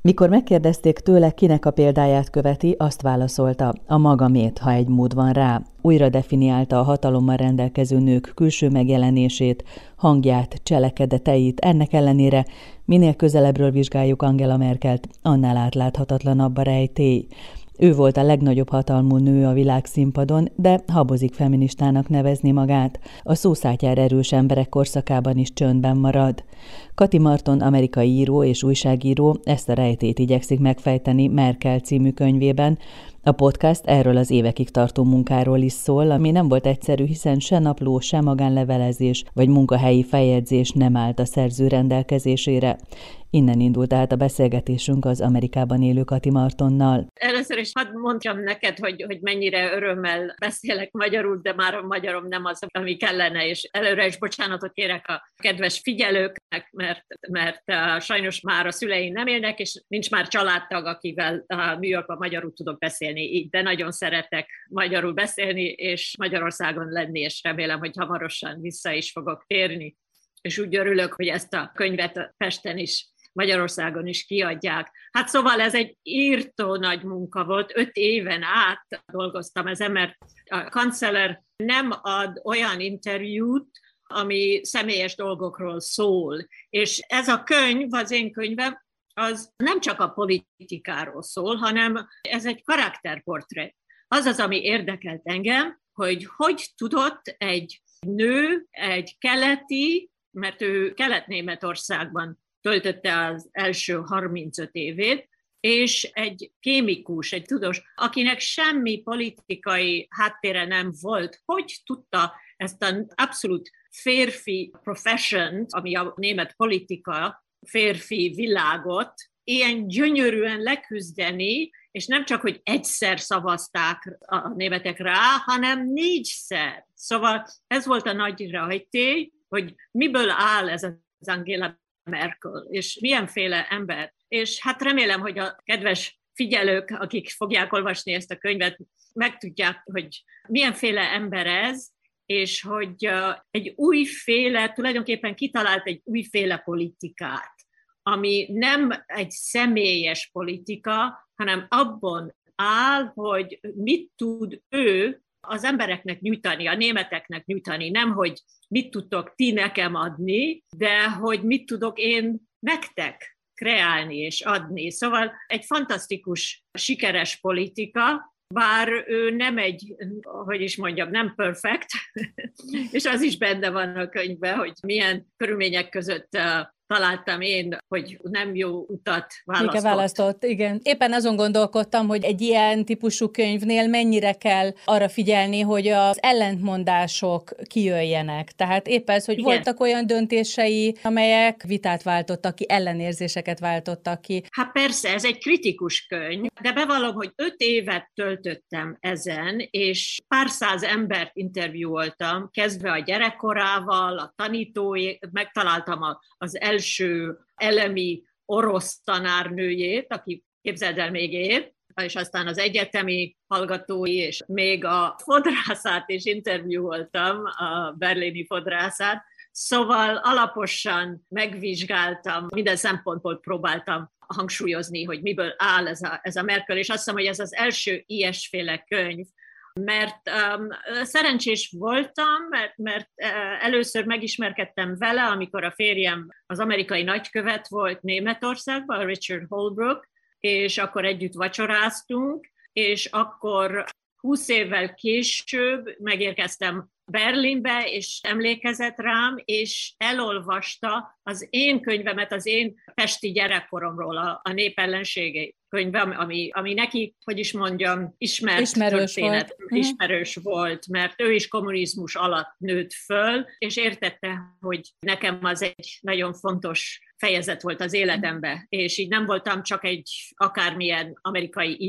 Mikor megkérdezték tőle, kinek a példáját követi, azt válaszolta, a magamét, ha egy mód van rá. Újra definiálta a hatalommal rendelkező nők külső megjelenését, hangját, cselekedeteit, ennek ellenére minél közelebbről vizsgáljuk Angela Merkelt, annál átláthatatlanabb a rejtély. Ő volt a legnagyobb hatalmú nő a világszínpadon, de habozik feministának nevezni magát. A szószátyár erős emberek korszakában is csöndben marad. Kati Marton, amerikai író és újságíró ezt a rejtét igyekszik megfejteni Merkel című könyvében. A podcast erről az évekig tartó munkáról is szól, ami nem volt egyszerű, hiszen se napló, se magánlevelezés vagy munkahelyi feljegyzés nem állt a szerző rendelkezésére. Innen indult át a beszélgetésünk az Amerikában élő Kati Martonnal. Először is hadd mondjam neked, hogy mennyire örömmel beszélek magyarul, de már a magyarom nem az, ami kellene, és előre is bocsánatot kérek a kedves figyelőknek, mert sajnos már a szüleim nem élnek, és nincs már családtag, akivel New Yorkban magyarul tudok beszélni így, de nagyon szeretek magyarul beszélni, és Magyarországon lenni, és remélem, hogy hamarosan vissza is fogok térni. És úgy örülök, hogy ezt a könyvet Pesten is, Magyarországon is kiadják. Hát szóval ez egy írtó nagy munka volt, 5 éven át dolgoztam ezen, mert a kancellár nem ad olyan interjút, ami személyes dolgokról szól. És ez a könyv, az én könyvem, az nem csak a politikáról szól, hanem ez egy karakterportré. Az az, ami érdekelt engem, hogy tudott egy nő, egy keleti, mert ő Kelet-Németországban töltötte az első 35 évét, és egy kémikus, egy tudós, akinek semmi politikai háttére nem volt, hogy tudta ezt az abszolút férfi profession, ami a német politika, férfi világot, ilyen gyönyörűen leküzdeni, és nem csak, hogy egyszer szavazták a németek rá, hanem 4-szer. Szóval ez volt a nagy rejtély, hogy miből áll ez az Angela Merkel, és milyenféle ember. És hát remélem, hogy a kedves figyelők, akik fogják olvasni ezt a könyvet, megtudják, hogy milyenféle ember ez, és hogy egy újféle, tulajdonképpen kitalált egy újféle politikát, ami nem egy személyes politika, hanem abban áll, hogy mit tud ő az embereknek nyújtani, a németeknek nyújtani, nem, hogy mit tudtok ti nekem adni, de hogy mit tudok én nektek kreálni és adni. Szóval egy fantasztikus, sikeres politika, bár ő nem egy, hogy is mondjam, nem perfect, és az is benne van a könyvben, hogy milyen körülmények között találtam én, hogy nem jó utat választott. Igen. Éppen azon gondolkodtam, hogy egy ilyen típusú könyvnél mennyire kell arra figyelni, hogy az ellentmondások kijöjjenek. Tehát épp ez, hogy voltak olyan döntései, amelyek vitát váltottak ki, ellenérzéseket váltottak ki. Hát persze, ez egy kritikus könyv, de bevallom, hogy 5 évet töltöttem ezen, és pár száz embert interjúoltam, kezdve a gyerekkorával, a tanítói, megtaláltam az első elemi orosz tanárnőjét, aki képzeld el még él, és aztán az egyetemi hallgatói, és még a fodrászát is interjúoltam, a berlini fodrászát. Szóval alaposan megvizsgáltam, minden szempontból próbáltam hangsúlyozni, hogy miből áll ez a Merkel, és azt hiszem, hogy ez az első ilyesféle könyv, mert szerencsés voltam, mert először megismerkedtem vele, amikor a férjem az amerikai nagykövet volt Németországban, Richard Holbrooke, és akkor együtt vacsoráztunk, és akkor 20 évvel később megérkeztem Berlinbe, és emlékezett rám, és elolvasta az én könyvemet, az én pesti gyerekkoromról, a népellenségei könyve, ami neki, hogy is mondjam, ismerős történet, ismerős volt, mert ő is kommunizmus alatt nőtt föl, és értette, hogy nekem az egy nagyon fontos fejezet volt az életemben, és így nem voltam csak egy akármilyen amerikai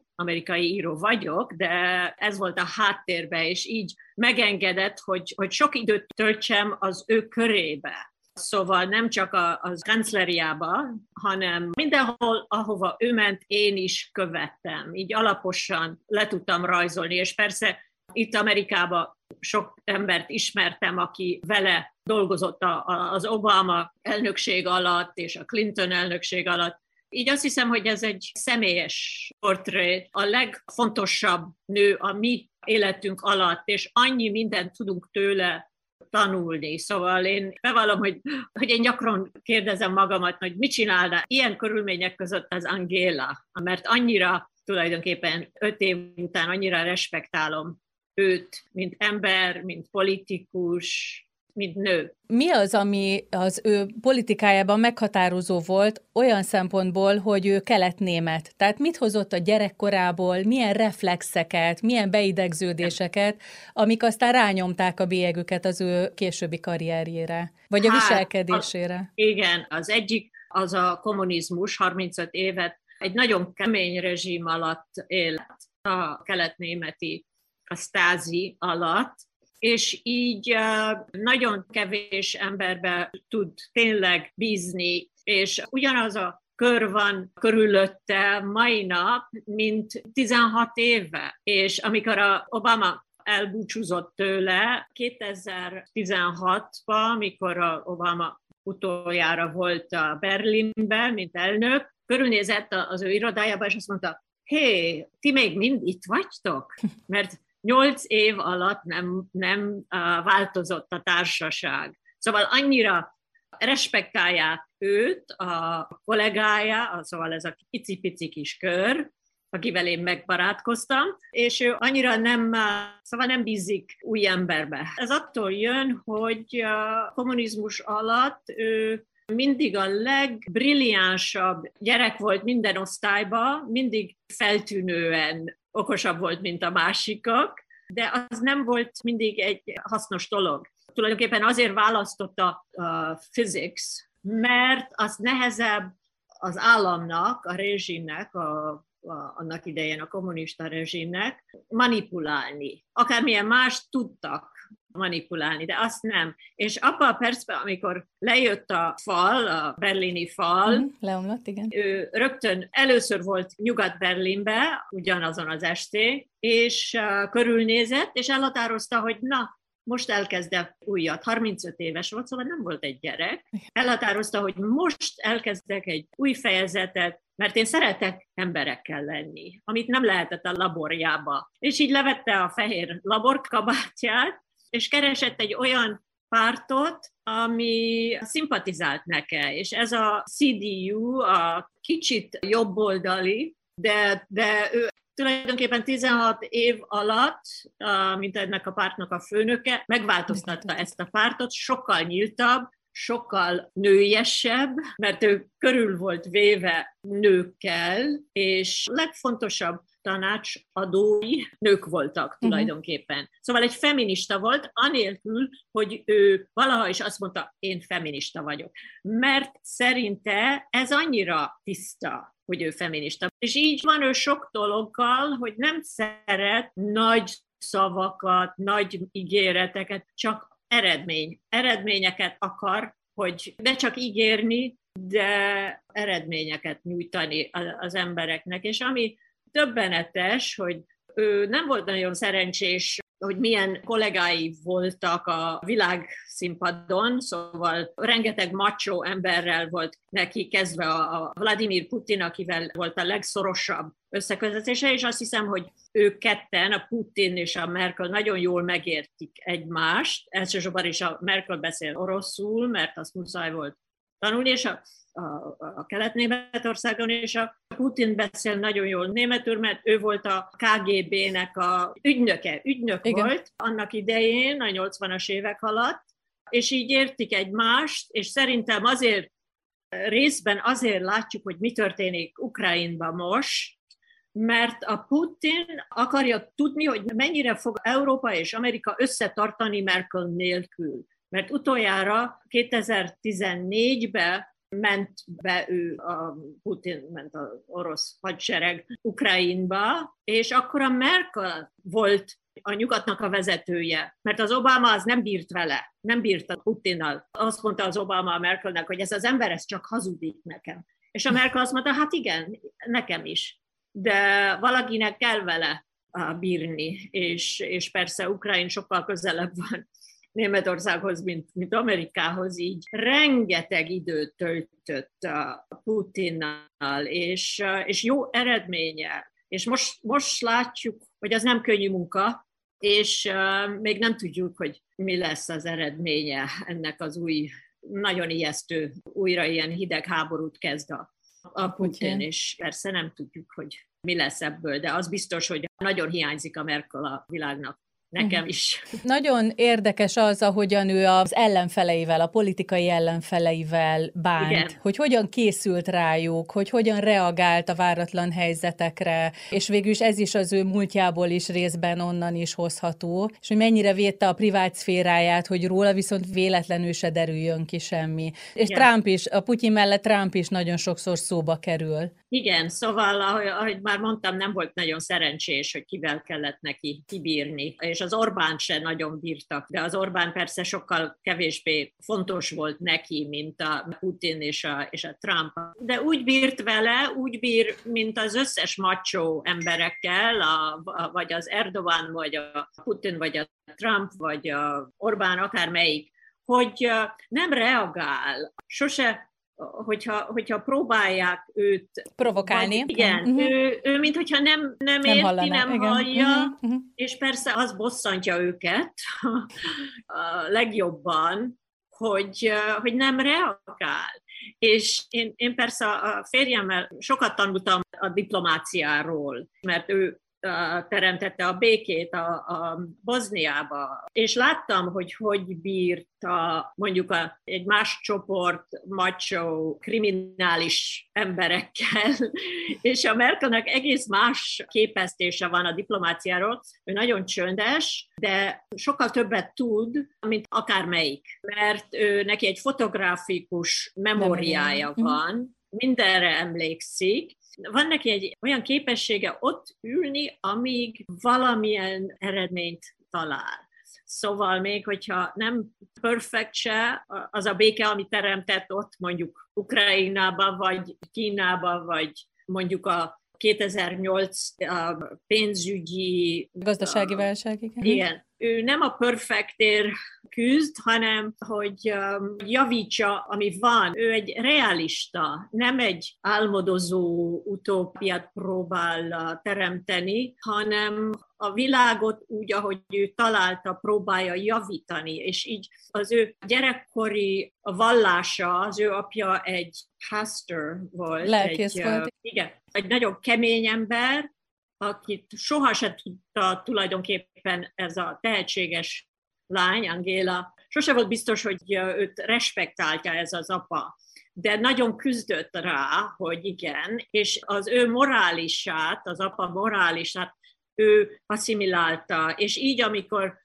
író vagyok, de ez volt a háttérben, és így megengedett, hogy sok időt töltsem az ő körébe. Szóval nem csak a kancleriába, hanem mindenhol, ahova ő ment, én is követtem. Így alaposan le tudtam rajzolni, és persze itt Amerikában sok embert ismertem, aki vele dolgozott az Obama elnökség alatt, és a Clinton elnökség alatt, Így azt hiszem, hogy ez egy személyes portré, a legfontosabb nő a mi életünk alatt, és annyi mindent tudunk tőle tanulni. Szóval én bevallom, hogy én gyakran kérdezem magamat, hogy mit csinálna ilyen körülmények között az Angéla, mert annyira tulajdonképpen 5 év után annyira respektálom őt, mint ember, mint politikus, mint nő. Mi az, ami az ő politikájában meghatározó volt olyan szempontból, hogy ő keletnémet? Tehát mit hozott a gyerekkorából, milyen reflexeket, milyen beidegződéseket, amik aztán rányomták a bélyegüket az ő későbbi karrierjére, vagy a viselkedésére? Igen, az egyik az a kommunizmus, 35 évet egy nagyon kemény rezsim alatt élt, a keletnémeti, a Stasi alatt, és így nagyon kevés emberbe tud tényleg bízni, és ugyanaz a kör van körülötte mai nap, mint 16 éve. És amikor Obama elbúcsúzott tőle 2016-ban, amikor Obama utoljára volt a Berlinben, mint elnök, körülnézett az ő irodájába, és azt mondta, hé, ti még mind itt vagytok? Mert 8 év alatt nem változott a társaság. Szóval annyira respektálják őt, a kollégája, szóval ez a pici kis kör, akivel én megbarátkoztam, és ő annyira nem bízik új emberbe. Ez attól jön, hogy a kommunizmus alatt ő mindig a legbrilliánsabb gyerek volt minden osztályban, mindig feltűnően okosabb volt, mint a másikak, de az nem volt mindig egy hasznos dolog. Tulajdonképpen azért választotta a physics, mert az nehezebb az államnak, a rezsimnek, annak idején a kommunista rezsimnek manipulálni. Akármilyen más tudtak manipulálni, de azt nem. És abban a percben, amikor lejött a fal, a berlini fal, leomlott, igen. Ő rögtön először volt Nyugat-Berlinbe, ugyanazon az estén, és körülnézett, és elhatározta, hogy na, most elkezdek újat. 35 éves volt, szóval nem volt egy gyerek. Elhatározta, hogy most elkezdek egy új fejezetet, mert én szeretek emberekkel lenni, amit nem lehetett a laborjába. És így levette a fehér laborkabátját, és keresett egy olyan pártot, ami szimpatizált neke, és ez a CDU, a kicsit jobboldali, de ő tulajdonképpen 16 év alatt, mint ennek a pártnak a főnöke, megváltoztatta ezt a pártot, sokkal nyíltabb, sokkal nőiesebb, mert ő körül volt véve nőkkel, és legfontosabb tanácsadói nők voltak tulajdonképpen. Szóval egy feminista volt, anélkül, hogy ő valaha is azt mondta, én feminista vagyok. Mert szerinte ez annyira tiszta, hogy ő feminista. És így van ő sok dologgal, hogy nem szeret nagy szavakat, nagy ígéreteket, csak eredményeket akar, hogy ne csak ígérni, de eredményeket nyújtani az embereknek. És ami döbbenetes, hogy ő nem volt nagyon szerencsés, hogy milyen kollégái voltak a világszínpadon, szóval rengeteg macho emberrel volt neki, kezdve a Vladimir Putin, akivel volt a legszorosabb összekötetése, és azt hiszem, hogy ők ketten, a Putin és a Merkel nagyon jól megértik egymást. Elsősorban is a Merkel beszél oroszul, mert azt muszáj volt tanulni, és a Kelet-Németországon, és a Putin beszél nagyon jól németül, mert ő volt a KGB-nek a ügynök igen. Volt annak idején, a 80-as évek alatt, és így értik egymást, és szerintem részben azért látjuk, hogy mi történik Ukrajnában most, mert a Putin akarja tudni, hogy mennyire fog Európa és Amerika összetartani Merkel nélkül. Mert utoljára 2014-ben ment be Putin ment az orosz hadsereg Ukrajnba, és akkor a Merkel volt a nyugatnak a vezetője, mert az Obama az nem bírt vele, nem bírt a Putinnal. Azt mondta az Obama a Merkelnek, hogy ez az ember ez csak hazudik nekem. És a Merkel azt mondta, hát igen, nekem is, de valakinek kell vele bírni, és persze Ukrajna sokkal közelebb van Németországhoz, mint Amerikához, így rengeteg időt töltött a Putinnal, és jó eredménye. És most látjuk, hogy az nem könnyű munka, és még nem tudjuk, hogy mi lesz az eredménye ennek az új, nagyon ijesztő, újra ilyen hidegháborút kezd a Putin, és persze nem tudjuk, hogy mi lesz ebből, de az biztos, hogy nagyon hiányzik a Merkel a világnak. Nekem is. Nagyon érdekes az, ahogyan ő az ellenfeleivel, a politikai ellenfeleivel bánt, igen, hogy hogyan készült rájuk, hogy hogyan reagált a váratlan helyzetekre, és végül is ez is az ő múltjából is részben onnan is hozható, és hogy mennyire védte a privát szféráját, hogy róla viszont véletlenül se derüljön ki semmi. És igen. Trump is, a Putyin mellett Trump is nagyon sokszor szóba kerül. Igen, szóval, ahogy már mondtam, nem volt nagyon szerencsés, hogy kivel kellett neki kibírni, és az Orbán se nagyon bírtak, de az Orbán persze sokkal kevésbé fontos volt neki, mint a Putin és a Trump. De úgy bírt vele, úgy bír, mint az összes macho emberekkel, vagy az Erdogan, vagy a Putin, vagy a Trump, vagy a Orbán, akármelyik, hogy nem reagál, sose, hogyha próbálják őt provokálni. Igen, ő minthogyha nem érti, hallaná, nem hallja, és persze az bosszantja őket a legjobban, hogy nem reagál. És én persze a férjemmel sokat tanultam a diplomáciáról, mert ő teremtette a békét a Boszniába, és láttam, hogy bírt mondjuk egy más csoport macho, kriminális emberekkel, és a Merkelnek egész más képeztése van a diplomáciáról. Ő nagyon csöndes, de sokkal többet tud, mint akármelyik, mert neki egy fotográfikus memóriája van, mindenre emlékszik. Van neki egy olyan képessége ott ülni, amíg valamilyen eredményt talál. Szóval még, hogyha nem perfekt se, az a béke, amit teremtett ott mondjuk Ukrajnában, vagy Kínában, vagy mondjuk a 2008 pénzügyi... Gazdasági válság, igen. Igen. Ő nem a perfektért küzd, hanem hogy javítsa, ami van. Ő egy realista, nem egy álmodozó utópiát próbál teremteni, hanem a világot úgy, ahogy ő találta, próbálja javítani, és így az ő gyerekkori vallása, az ő apja egy pastor volt. Lelkész volt. Igen, egy nagyon kemény ember, akit sohasem tudta tulajdonképpen ez a tehetséges lány, Angéla, sose volt biztos, hogy őt respektálja ez az apa, de nagyon küzdött rá, hogy igen, és az ő morálisát, az apa morálisát ő asszimilálta, és így, amikor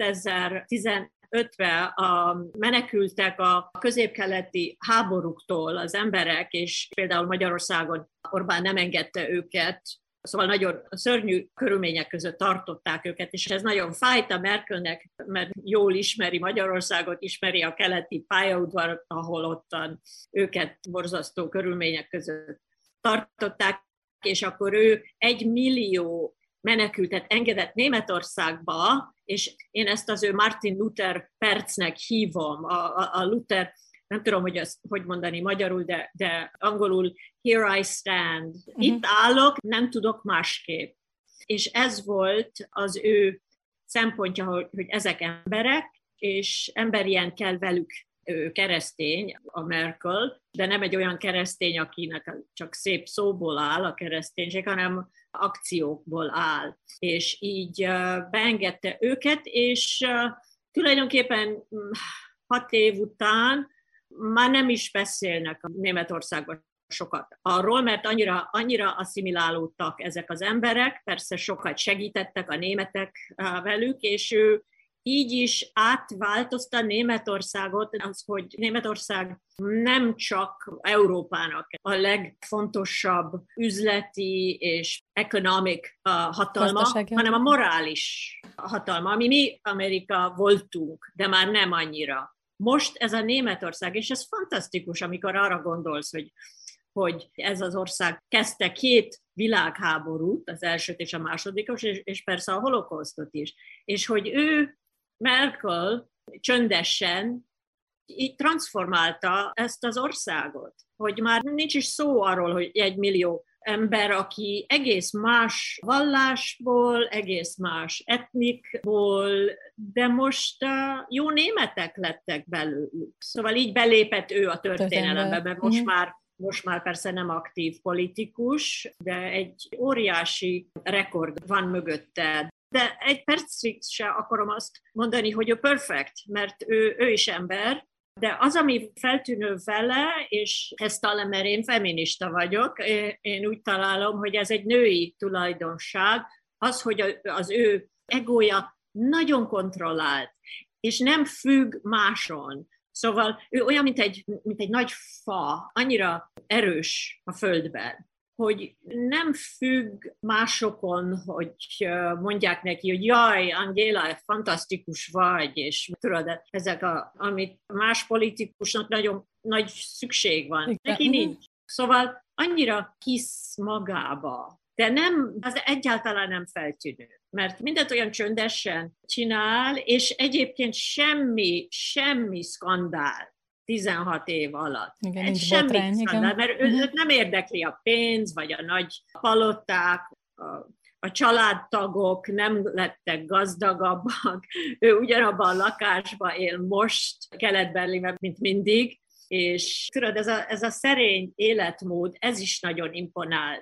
2015-ben menekültek a középkeleti háborúktól az emberek, és például Magyarországon Orbán nem engedte őket, szóval nagyon szörnyű körülmények között tartották őket, és ez nagyon fájt a Merkelnek, mert jól ismeri Magyarországot, ismeri a keleti pályaudvarat, ahol ottan őket borzasztó körülmények között tartották, és akkor ő 1 millió menekültet engedett Németországba, és én ezt az ő Martin Luther percnek hívom. A Luther, nem tudom, hogy azt hogy mondani magyarul, de angolul here I stand. Itt állok, nem tudok másképp. És ez volt az ő szempontja, hogy ezek emberek, és emberien kell velük. Ő keresztény, a Merkel, de nem egy olyan keresztény, akinek csak szép szóból áll a kereszténység, hanem akciókból áll. És így beengedte őket, és tulajdonképpen 6 év után már nem is beszélnek a Németországban sokat arról, mert annyira asszimilálódtak ezek az emberek, persze sokat segítettek a németek velük, és ő így is átváltozta Németországot, az, hogy Németország nem csak Európának a legfontosabb üzleti és economic hatalma, hanem a morális hatalma, ami mi Amerika voltunk, de már nem annyira. Most ez a Németország, és ez fantasztikus, amikor arra gondolsz, hogy ez az ország kezdte 2 világháborút, az elsőt és a másodikat, és persze a holokausztot is, és hogy ő Merkel csöndesen így transformálta ezt az országot, hogy már nincs is szó arról, hogy 1 millió ember, aki egész más vallásból, egész más etnikból, de most jó németek lettek belőlük. Szóval így belépett ő a történelembe, mert most már persze nem aktív politikus, de egy óriási rekord van mögötte. De egy percig se akarom azt mondani, hogy ő perfect, mert ő is ember, de az, ami feltűnő vele, és ezt talán, mert én feminista vagyok, én úgy találom, hogy ez egy női tulajdonság, az, hogy az ő egója nagyon kontrollált, és nem függ máson. Szóval ő olyan, mint egy nagy fa, annyira erős a földben, hogy nem függ másokon, hogy mondják neki, hogy jaj, Angéla, fantasztikus vagy, és tudod, ezek, amit más politikusnak nagyon nagy szükség van. Neki nincs. Szóval annyira hisz magába, de az egyáltalán nem feltűnő, mert mindent olyan csöndesen csinál, és egyébként semmi skandál 16 év alatt. Igen, semmi skandál, mert őt nem érdekli a pénz, vagy a nagy paloták, a családtagok nem lettek gazdagabbak, ő ugyanabban a lakásban él most Kelet-Berlinben, mint mindig, és tudod, ez a szerény életmód, ez is nagyon imponált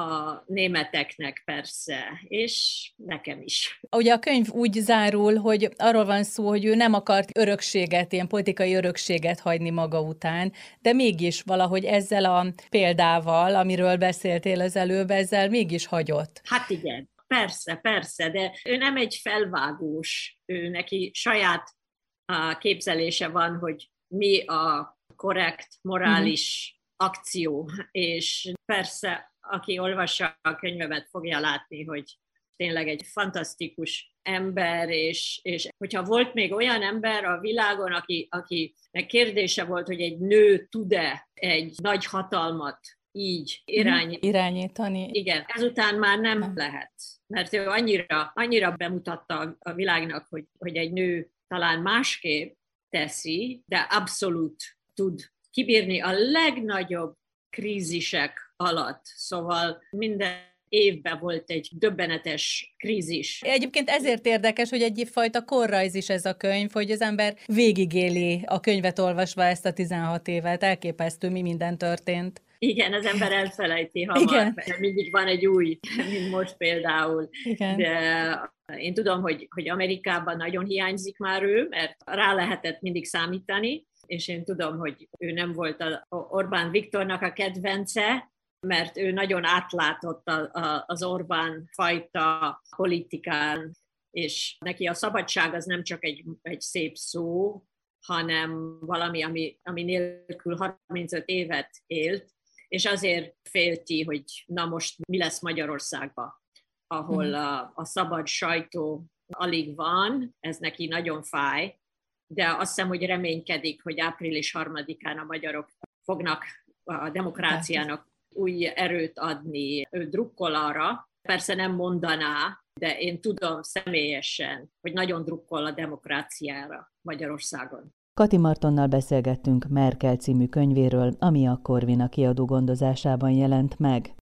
a németeknek persze, és nekem is. Ugye a könyv úgy zárul, hogy arról van szó, hogy ő nem akart örökséget, ilyen politikai örökséget hagyni maga után, de mégis valahogy ezzel a példával, amiről beszéltél az előbb, ezzel mégis hagyott. Hát igen, persze, de ő nem egy felvágós, ő neki saját képzelése van, hogy mi a korrekt, morális akció, és persze aki olvassa a könyvemet, fogja látni, hogy tényleg egy fantasztikus ember, és hogyha volt még olyan ember a világon, akinek kérdése volt, hogy egy nő tud-e egy nagy hatalmat így irányítani. Igen, ezután már nem lehet, mert ő annyira bemutatta a világnak, hogy egy nő talán másképp teszi, de abszolút tud kibírni a legnagyobb krízisek alatt. Szóval minden évben volt egy döbbenetes krízis. Egyébként ezért érdekes, hogy egyfajta korrajz is ez a könyv, hogy az ember végigéli a könyvet olvasva ezt a 16 évet. Elképesztő, mi minden történt. Igen, az ember elfelejti hamar, mert mindig van egy új, mint most például. Igen. De én tudom, hogy Amerikában nagyon hiányzik már ő, mert rá lehetett mindig számítani, és én tudom, hogy ő nem volt Orbán Viktornak a kedvence, mert ő nagyon átlátott az Orbán fajta politikán, és neki a szabadság az nem csak egy szép szó, hanem valami, ami nélkül 35 évet élt, és azért félti, hogy na most mi lesz Magyarországban, ahol a szabad sajtó alig van, ez neki nagyon fáj, de azt hiszem, hogy reménykedik, hogy április 3-án a magyarok fognak a demokráciának új erőt adni. Ő drukkol arra, persze nem mondaná, de én tudom személyesen, hogy nagyon drukkol a demokráciára Magyarországon. Kati Martonnal beszélgettünk Merkel című könyvéről, ami a Corvina kiadó gondozásában jelent meg.